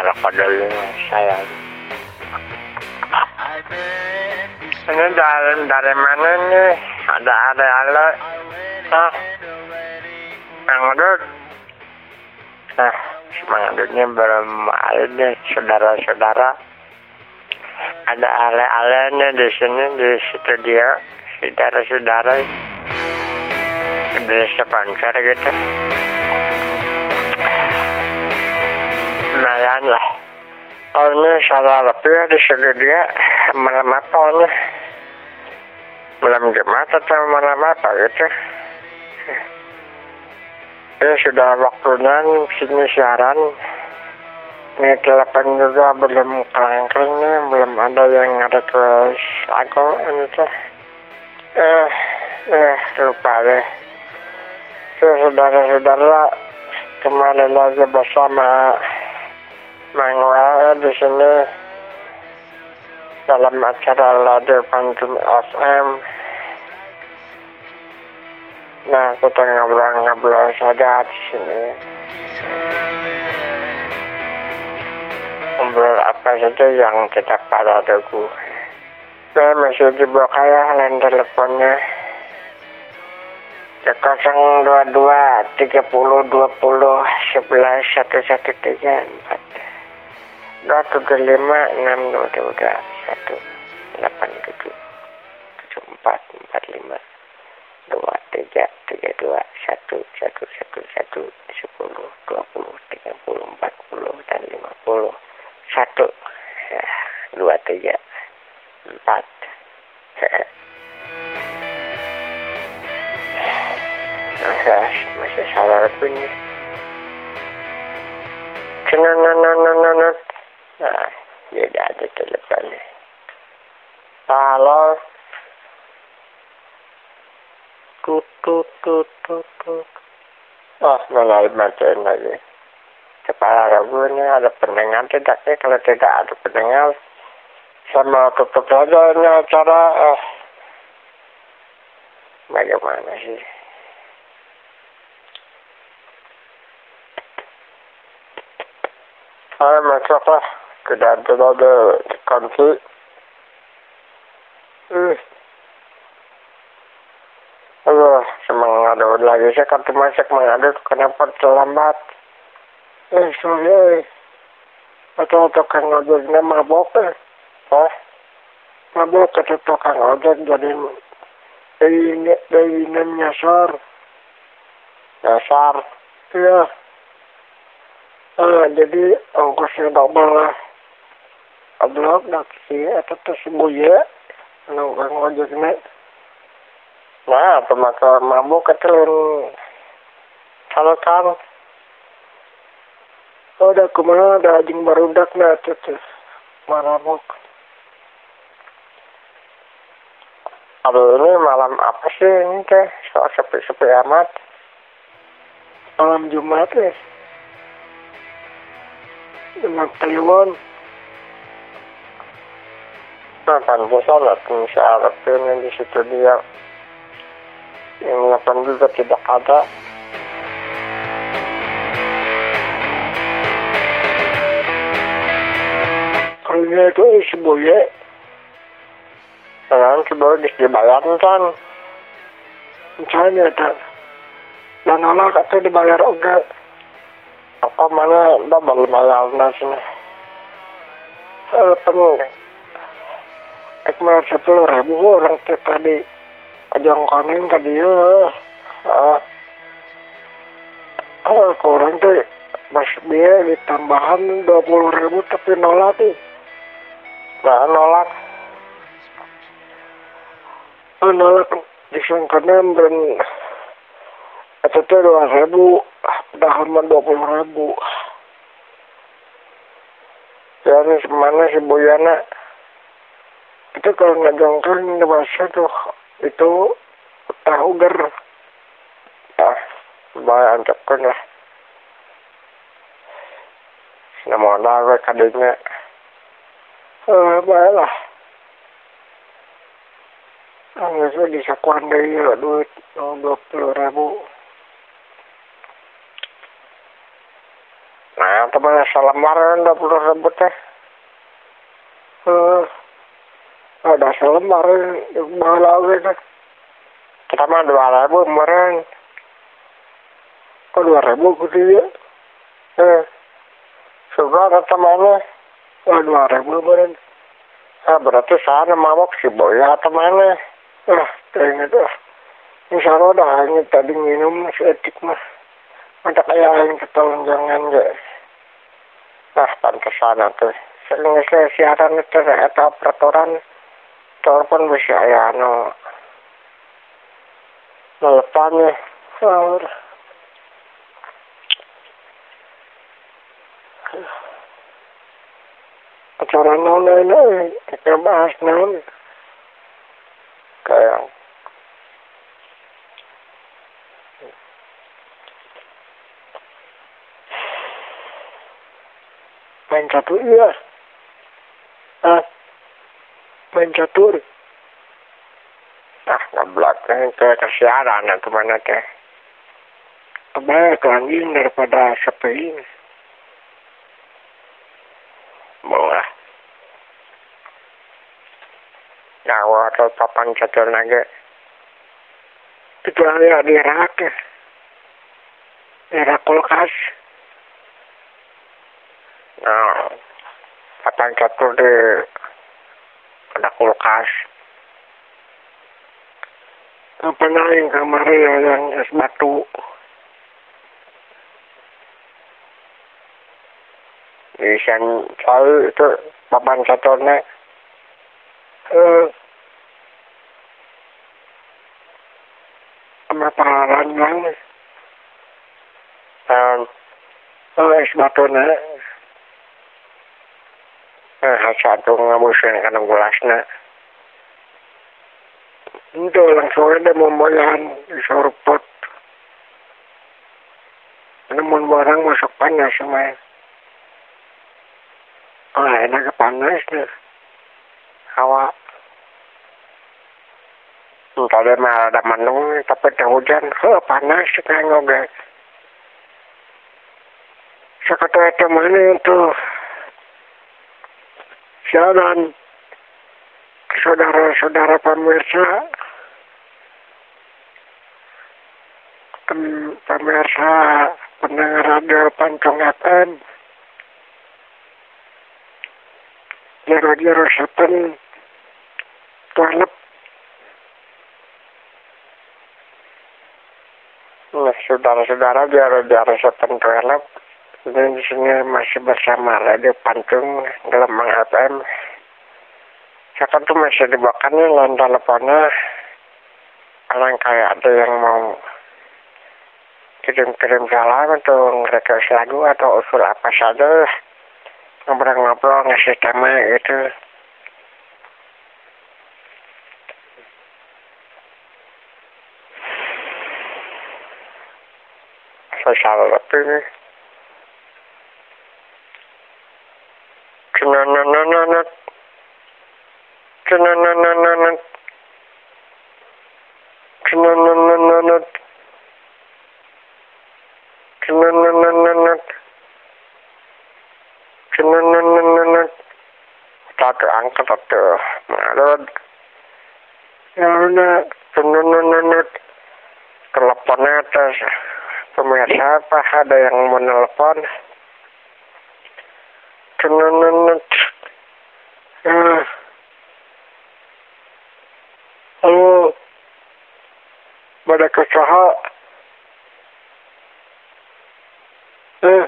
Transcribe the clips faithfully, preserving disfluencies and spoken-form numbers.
ngerokok dulu saya. Ini dari, dari mana nih? Ada ada ada. Ah, Mang Adut. Nah, si Mang Adutnya belum ada nih, saudara-saudara. Ada ale-alenya di sini di studio, saudara-saudara. Ada sponsor gitu. Lumayan lah. Oh ini salah lebih di studio malam apa nih? Malam Jumat atau malam apa gitu? Ya sudah waktunya sini siaran. Ini telepon juga belum kelangkring nih, belum ada yang request aku ini tuh. Eh, eh lupa deh. Saudara-saudara, kembali lagi bersama Mang Wa di sini dalam acara Radio Pantun F M. Nah, kita ngobrol-ngobrol saja di sini. Ngobrol apa saja yang kita pada tunggu. Saya masih dibuka ya line teleponnya. nol dua dua tiga nol dua nol sebelas satu satu tiga empat dua tujuh lima enam dua dua satu delapan tujuh tujuh empat empat lima dua tiga tiga dua satu satu satu satu sepuluh dua puluh tiga puluh empat puluh dan lima puluh satu ya, dua tiga empat masih masih salah punya cenanananananat. Nah, tidak ada teleponnya. Halo. Tut tut tut tut tut. Oh, mulai matiin lagi. Kepala ragu ini ada pendengar tidak ya? Kalau tidak ada pendengar, sama tutup saja ini acara. Eh, bagaimana sih? Hai, masuk lah. Tidak tidak ada konflik. Hmm. Aduh, semangat lagi saya kartu masak mengadut kenapa terlambat? Eh, sorry. Atau tukang ojeknya mabok eh? Hah? Mabok kata tukang ojek jadi ini ini nyasar. Nyasar? Iya. Ah, jadi ongkosnya double lah. Ablok dak sih atau tersebut ya. Tukang ojeknya. Nah, pemakai mabuk ketelun kalau kan oh, udah kemana ada anjing barudak nah tuh tuh marabuk. Aduh ini malam apa sih ini teh soal sepi-sepi amat. Malam Jumat ya dengan Kliwon. Nah pantesan lah bisa Arabin di situ dia. Yang delapan juga tidak ada. Kalau itu isi boye. Sekarang si boye dibayar kan. Misalnya ada. Dan anak itu dibayar enggak. Apa mana double bayar nasinya. Telepon. Ekmal sepuluh ribu orang tadi. Ajang koning tadi ya, ah, ah, kurang tuh, mas dia ditambahan dua puluh ribu tapi nolak nih, nah nolak, ah, nolak disangkanya dan itu tuh dua ribu, dah cuma dua puluh ribu, ya ini semana si Boyana, itu kalau ngajangkan bahasa tuh. Itu tahu ger ah bayar ancakan lah nama ada kadangnya eh baiklah Angga bisa kuandai ya duit dua puluh ribu Nah, teman selembar dua puluh ribu teh. Uh, ada selembar malah gitu. Kita mah dua ribu kemarin. Kok dua ribu gitu ya? Eh, sudah ada temannya. Wah, dua ribu kemarin. Ah, berarti sana mabok si Boy atau mana? Ah, kayaknya tuh. Insya Allah dah ini tadi minum seetik mah. Ada kayak yang ketelunjangan gak. Nah, pantesan tuh. Sering saya siaran itu atau peraturan. Telepon bisa ya, no. Melepannya. Oh. Acara naon ini, kita bahas naon. Kayak main catur iya. Ah, main catur. Ah, ngeblok ke kesiaran atau mana teh. Kebanyak anjing daripada sepi. Boleh. Nyawa atau papan catur naga. Itu ada di rak ya. Di rak kulkas. Nah, papan catur di ada kulkas. Apa naik kamar yang es batu. Isan tahu itu papan caturnya. Eh, sama pararan lang. Um, oh, es batunya. Nah, satu ngabusin karena gulasnya. Itu langsung ada memboyan di sorpot. Namun barang masuk panas semua. Oh, enak ke panas deh. Hawa. Tadi mah ada mendung, tapi ada hujan. Oh, panas kayak ngogek. Sekata itu mana itu? Siaran. Saudara-saudara pemirsa. Pemirsa pendengar radio Pancong F M. Jero-jero sepen tualep. Nah, saudara-saudara jero-jero sepen tualep. Dan di sini masih bersama radio Pancong Gelombang F M. Sekarang tuh masih dibawakan nih lain teleponnya. Orang kayak ada yang mau kirim-kirim salam atau ngerequest lagu atau usul apa saja. Ngobrol-ngobrol ngasih tema gitu. Sosial lebih nih. Cenananananat. Cenananananat. Cenananananat. Cenananananat. Cenananananat. Satu angkat satu. Marut. Ya udah. Cenananananat. Teleponnya atas. Pemirsa apa ada yang mau nelpon? Cenanananat. Ya. Halo. Pada kesaha. Eh.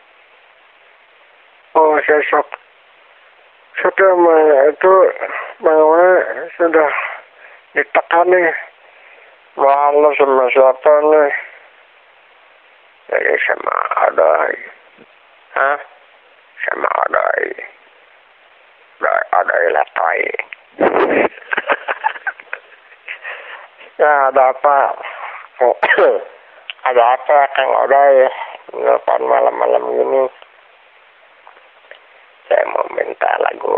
Oh, sesok. Sudah itu bahwa sudah ditekan nih. Malu sama siapa nih? Jadi sama Adai. Hah? Sama Adai. Adai Latai. Ya, ada apa? Ada apa Kang Adai? Nelfon malam-malam gini. Saya mau minta lagu.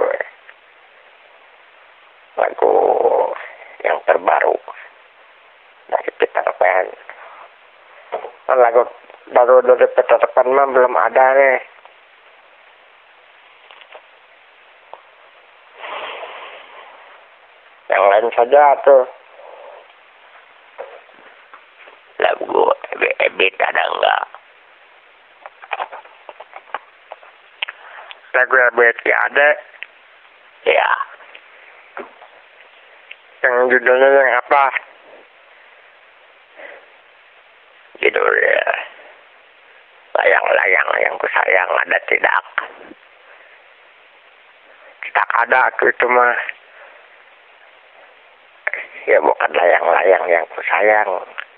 Lagu yang terbaru dari Peter Pan. Lagu Baru dari Peter Pan mah belum ada nih. Yang lain saja tuh. Lagu Ebit ada enggak? Lagu Ebit ya ada. Ya. Yang judulnya yang apa? Judulnya Layang-layang yang kusayang ada tidak? Tidak ada tuh itu mah. Ya bukan layang-layang yang kusayang.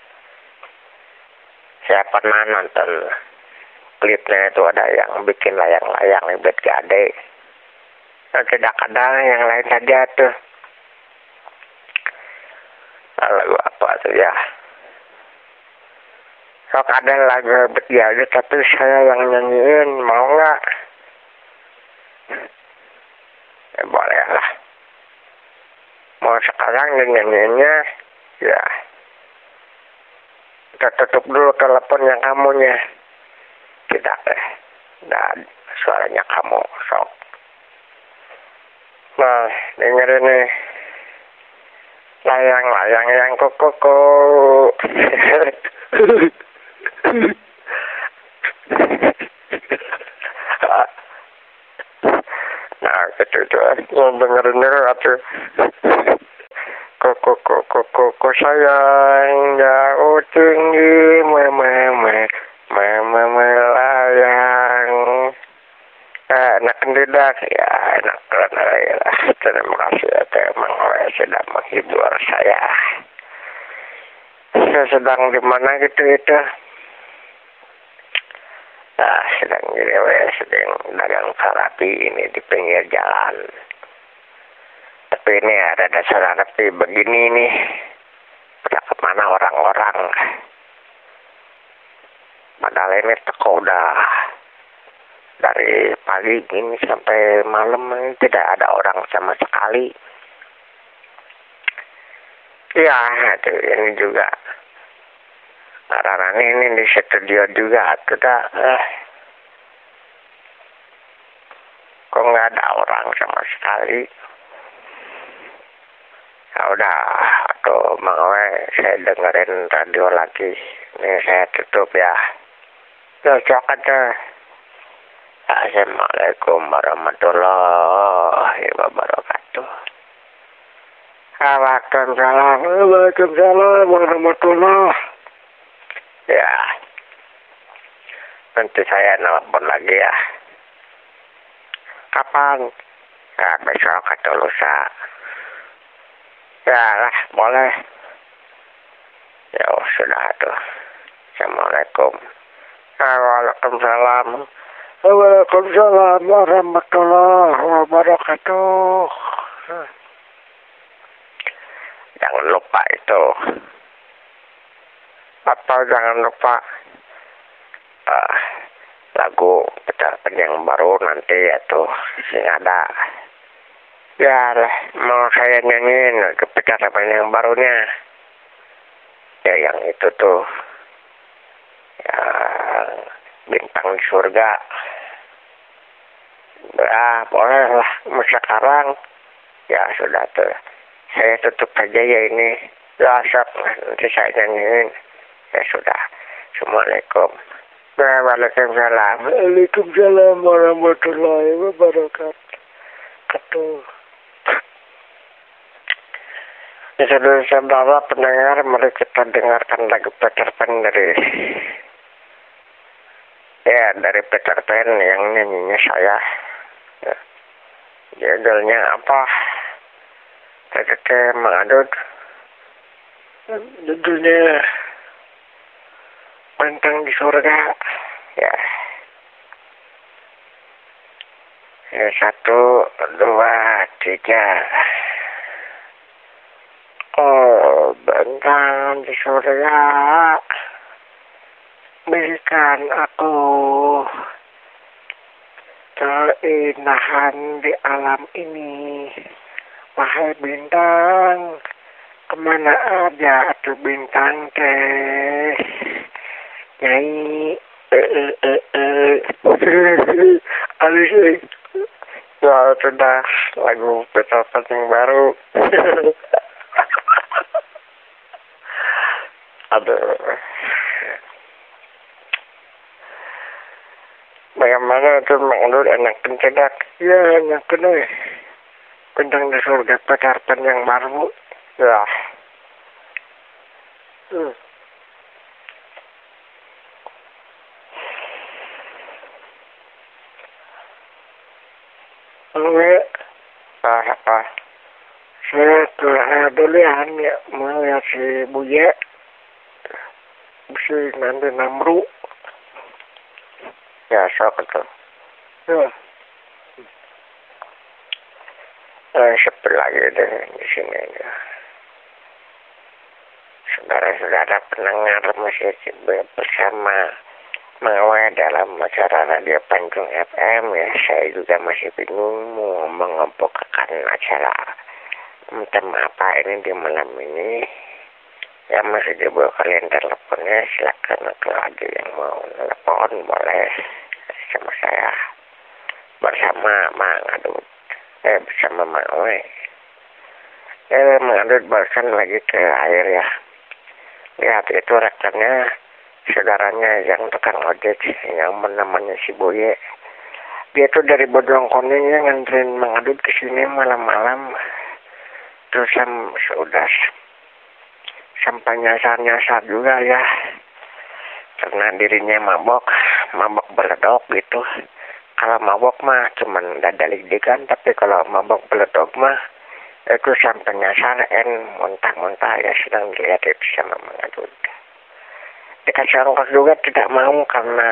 Saya pernah nonton klipnya itu ada yang bikin layang-layang Ebit Gade. Nah, tidak ada yang lain saja tuh. Lagu apa tuh ya? Sok ada lagu Ebit Gade tapi saya yang nyanyiin, mau nggak? Ya boleh lah. Mau sekarang nyanyiinnya, ya. Kita tutup dulu teleponnya kamunya. Tidak deh. Dan suaranya kamu sok. Nah, dengerin nih. Layang-layang yang kukuku. Nah, gitu tuh. Yang dengerin dulu atuh. Kuku kuku kuku sayang jauh tinggi meme meme melayang. Eh, enak tidak ya, enak karena ya. Terima kasih ya teman sudah menghibur saya. Saya sedang di mana gitu itu? Nah, sedang di sedang dagang sarapi ini di pinggir jalan. Tapi ini ada dasar rapi begini nih. Pada kemana orang-orang? Padahal ini toko udah dari pagi ini sampai malam ini tidak ada orang sama sekali. Ya, itu ini juga. Karena ini di studio juga tidak. Eh. Kok nggak ada orang sama sekali? Ya udah, atau mau saya dengerin radio lagi. Ini saya tutup ya. Cocok aja. Assalamualaikum warahmatullahi wabarakatuh. Waalaikumsalam. Waalaikumsalam warahmatullahi. Ya. Nanti saya nelpon lagi ya. Kapan? Ya besok atau lusa. Ya lah, boleh. Ya oh, sudah tuh. Assalamualaikum. Waalaikumsalam. Waalaikumsalam warahmatullahi wabarakatuh. Jangan lupa itu. Atau jangan lupa uh, lagu Peter Pan yang baru nanti yaitu sing ada. Ya lah, mau saya nyanyiin ke Peter Pan yang barunya. Ya yang itu tuh. Ya Bintang di Surga. Ya boleh lah, mau sekarang. Ya sudah tuh. Saya tutup aja ya ini. Ya sok, nanti saya nyanyiin. Ya sudah. Assalamualaikum. Waalaikumsalam. Waalaikumsalam warahmatullahi wabarakatuh. Ya saudara-saudara pendengar, mari kita dengarkan lagu Peter Pan dari ya dari Peter Pan yang nyanyinya saya. Ya. Judulnya apa? Teteh Mengadut. Judulnya Bintang di Surga. Ya. Ya satu, dua, tiga. Oh, bintang di surga, berikan aku keindahan di alam ini. Wahai bintang, kemana aja atuh bintang teh? nyanyi eh eh eh eh halus eh. Ya sudah lagu Beethoven yang baru. Aduh. Bagaimana tuh mengendur enak pencedak? Ya enak kena. Tentang di surga Petarpan yang baru. Ya. Hmm. Oke. Ah, apa? Saya telah dulu ya, melihat si Buya. Si nanti Namru. Ya, sok itu. Ya. Eh, sebelah gitu di sini aja. Saudara-saudara pendengar masih bersama Mawa dalam acara Radio Panjung F M ya. Saya juga masih bingung mau mengembokakan acara tema apa ini di malam ini. Ya masih dibawa kalian teleponnya, silakan kalau ada yang mau telepon boleh sama saya bersama Mang Adut. Eh bersama Mawe. Eh Mang Adut barusan lagi ke air ya. Lihat itu rekannya, saudaranya yang tukang ojek yang namanya si Boye. Dia tuh dari Bodong Koningnya nganterin Mang Adut ke sini malam-malam. Terus sam, sudah sampai nyasar-nyasar juga ya. Karena dirinya mabok, mabok beledok gitu. Kalau mabok mah cuman dadalik-dikan, tapi kalau mabok beledok mah itu sampai nyasar en muntah-muntah ya sedang dilihat itu sama Mang Adut. Dikasih ongkos juga tidak mau karena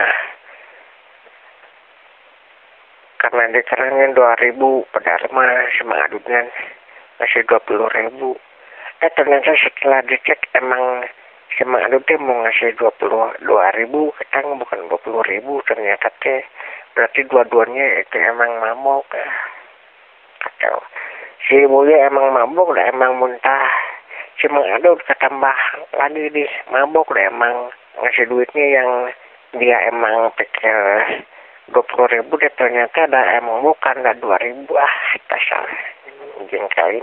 karena dikerangin dua ribu padahal mah sama Adutnya masih dua puluh ribu. Eh ternyata setelah dicek emang sama Adutnya mau ngasih dua puluh dua ribu, ketang bukan dua puluh ribu ternyata teh. Berarti dua-duanya itu emang mabok. Kacau. Si Buya emang mabok udah emang muntah. Si Mang Adut ketambah lagi di mabok udah emang ngasih duitnya yang dia emang pikir dua puluh ribu deh ternyata ada emang bukan ada dua ribu ah pasal jengkelin.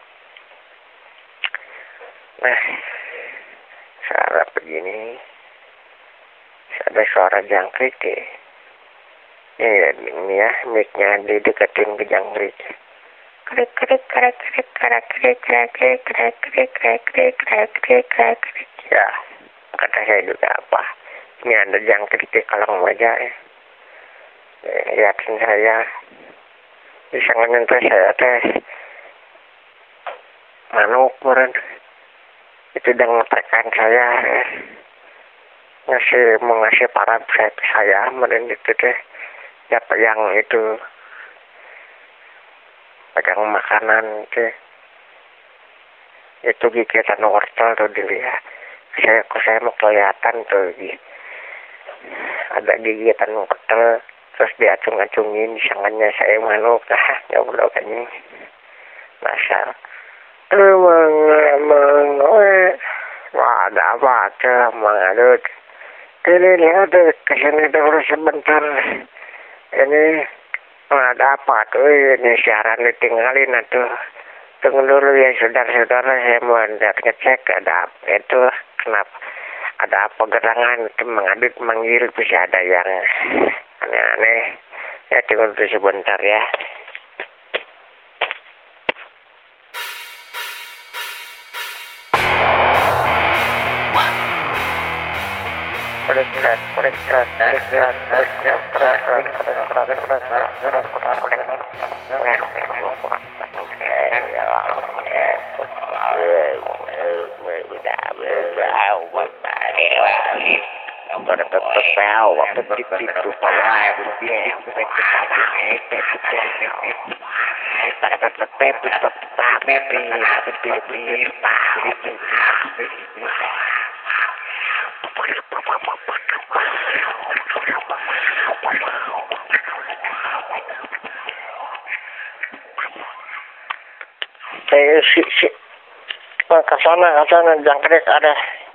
Nah suara begini ada suara jangkrik deh. Ini, ini ya mic-nya dideketin ke jangkrik. Krik krik krik krik krik krik krik krik krik krik krik krik krik krik krik krik. Ya kata saya juga apa ini ada jangkrik di kolong meja ya. Lihatin saya bisa ngenyentuh saya teh manuk meren itu udah ngetekan saya ya. Ngasih mau ngasih para saya saya meren itu teh ya yang itu pegang makanan teh itu gigitan wortel tuh dilihat saya kok saya mau kelihatan tuh ada gigitan wortel terus diacung-acungin sangannya saya manuk ah ya belum kan masa emang emang wah ada apa tuh Mang Adut ini lihat deh kesini dulu sebentar ini ada apa tuh ini siaran ditinggalin atuh tunggu dulu ya saudara-saudara saya mau ngecek ada apa itu kenapa ada apa gerangan itu Mang Adut manggil bisa ada yang aneh-aneh ya tunggu dulu sebentar ya. Saya si si ke sana ke sana jangkrik ada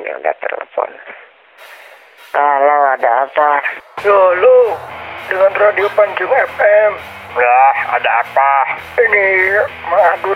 ini udah telepon. Halo, ada apa? Yo, lu dengan radio Pancung F M. Ya, ada apa? Ini Mang Adut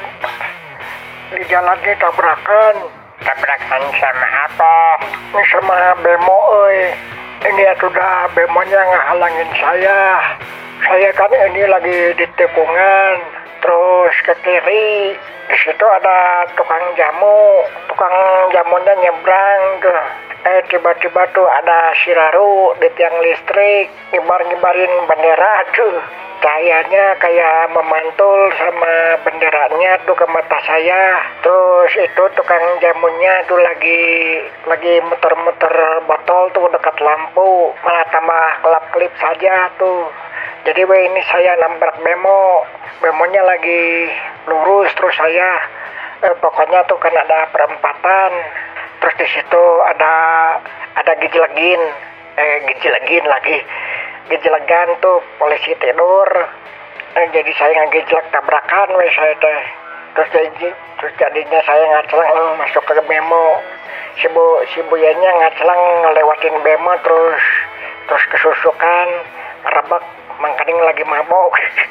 di jalannya tabrakan. Tabrakan sama apa? Ini sama bemo, oi. Ini ya sudah bemonya ngehalangin saya. Saya kan ini lagi di tikungan, terus ke kiri. Di situ ada tukang jamu, tukang jamunya nyebrang tuh. Eh tiba-tiba tuh ada siraru di tiang listrik, ngibar-ngibarin bendera tuh. Cahayanya kayak memantul sama benderanya tuh ke mata saya. Terus itu tukang jamunya tuh lagi lagi muter-muter botol tuh dekat lampu, malah tambah kelap-kelip saja tuh. Jadi weh ini saya nabrak bemo, bemonya lagi lurus terus saya eh, pokoknya tuh kan ada perempatan. Terus di situ ada ada gejlegin, eh gejlegin lagi, gejlegan tuh polisi tidur. Eh, jadi saya ngegejlek tabrakan, weh saya teh. Terus jadi, terus jadinya saya ngacelang masuk ke bemo. Si bu si buyanya ngacelang ngelewatin bemo terus terus kesusukan, rebek, mangkaning lagi mabok.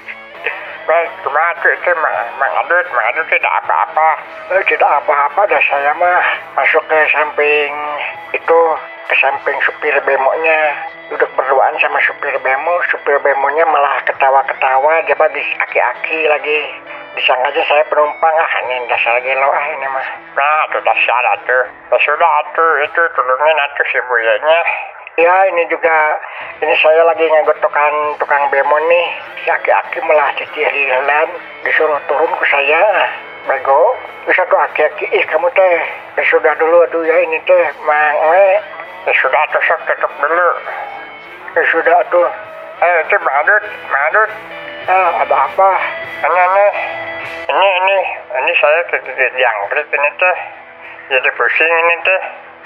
Baik, cuma tuh itu Mang Adut, Mang Adut tidak apa-apa. Eh, tidak apa-apa dah saya mah masuk ke samping itu, ke samping supir bemonya, duduk berduaan sama supir bemo. Supir bemonya malah ketawa-ketawa, dia habis aki-aki lagi. Disangka aja saya penumpang, ah ini dasar gelo ah ini mah. Nah, itu dasar atuh. Ya sudah atuh, itu turunin atuh si buyanya. Ya ini juga, ini saya lagi nganggut tukang tukang bemo nih. Si aki-aki malah cicirilan, disuruh turun ke saya. Bego, bisa tuh aki-aki, ih kamu teh, ya sudah dulu aduh ya ini teh, Mang we. Ya sudah atuh, sok tutup dulu. Ya sudah tuh. Eh, itu Mang Adut, Mang Adut. Ah, ada apa? Ini, ini, ini, ini, ini saya kegigit jangkrik ini teh. Jadi pusing ini teh.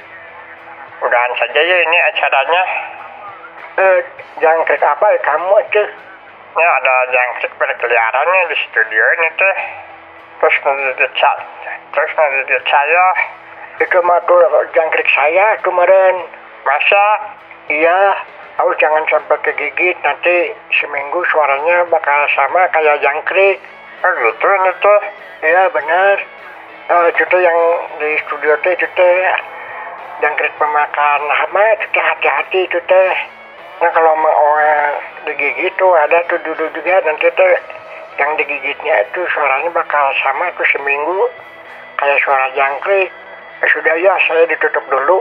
Udahan saja ya ini acaranya. Eh, jangkrik apa ya kamu tuh? Ya ada jangkrik berkeliarannya di studio ini teh. Terus ngegigit saya, terus ngegigit saya. Itu mah tuh jangkrik saya kemarin. Masa? Iya, awas jangan sampai kegigit, nanti seminggu suaranya bakal sama kayak jangkrik. Oh gitu ini teh. Iya benar. Eh, itu tuh yang di studio teh itu teh jangkrik pemakan hama, itu teh hati-hati itu teh. Nah kalau mau digigit tuh ada tuh dulu juga nanti teh yang digigitnya itu suaranya bakal sama tuh seminggu kayak suara jangkrik. Ya sudah ya, saya ditutup dulu.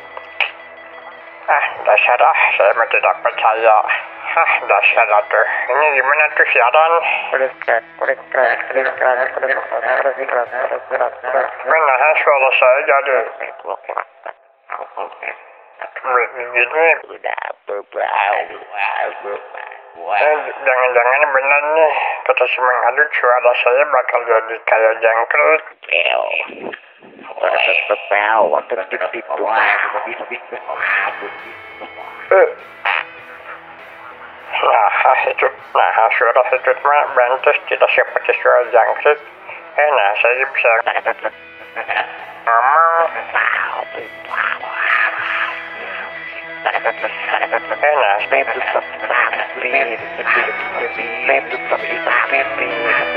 Ah, dasar ah, saya mah tidak percaya. Ah, dasar atuh. Ini gimana tuh siaran? Kulikat, kulikat, kulikat, kulikat, kulikat, kulikat. Menahan suara saya jadi begini. Udah berbau, Eh, jangan-jangan benar nih, kata si Mang Adut, suara saya bakal jadi kayak jangkrik. berbau, berbau, Eh, nah itu, nah suara itu mah bantus tidak seperti suara jangkrik. Eh, nah saya bisa ngomong. Eh, nah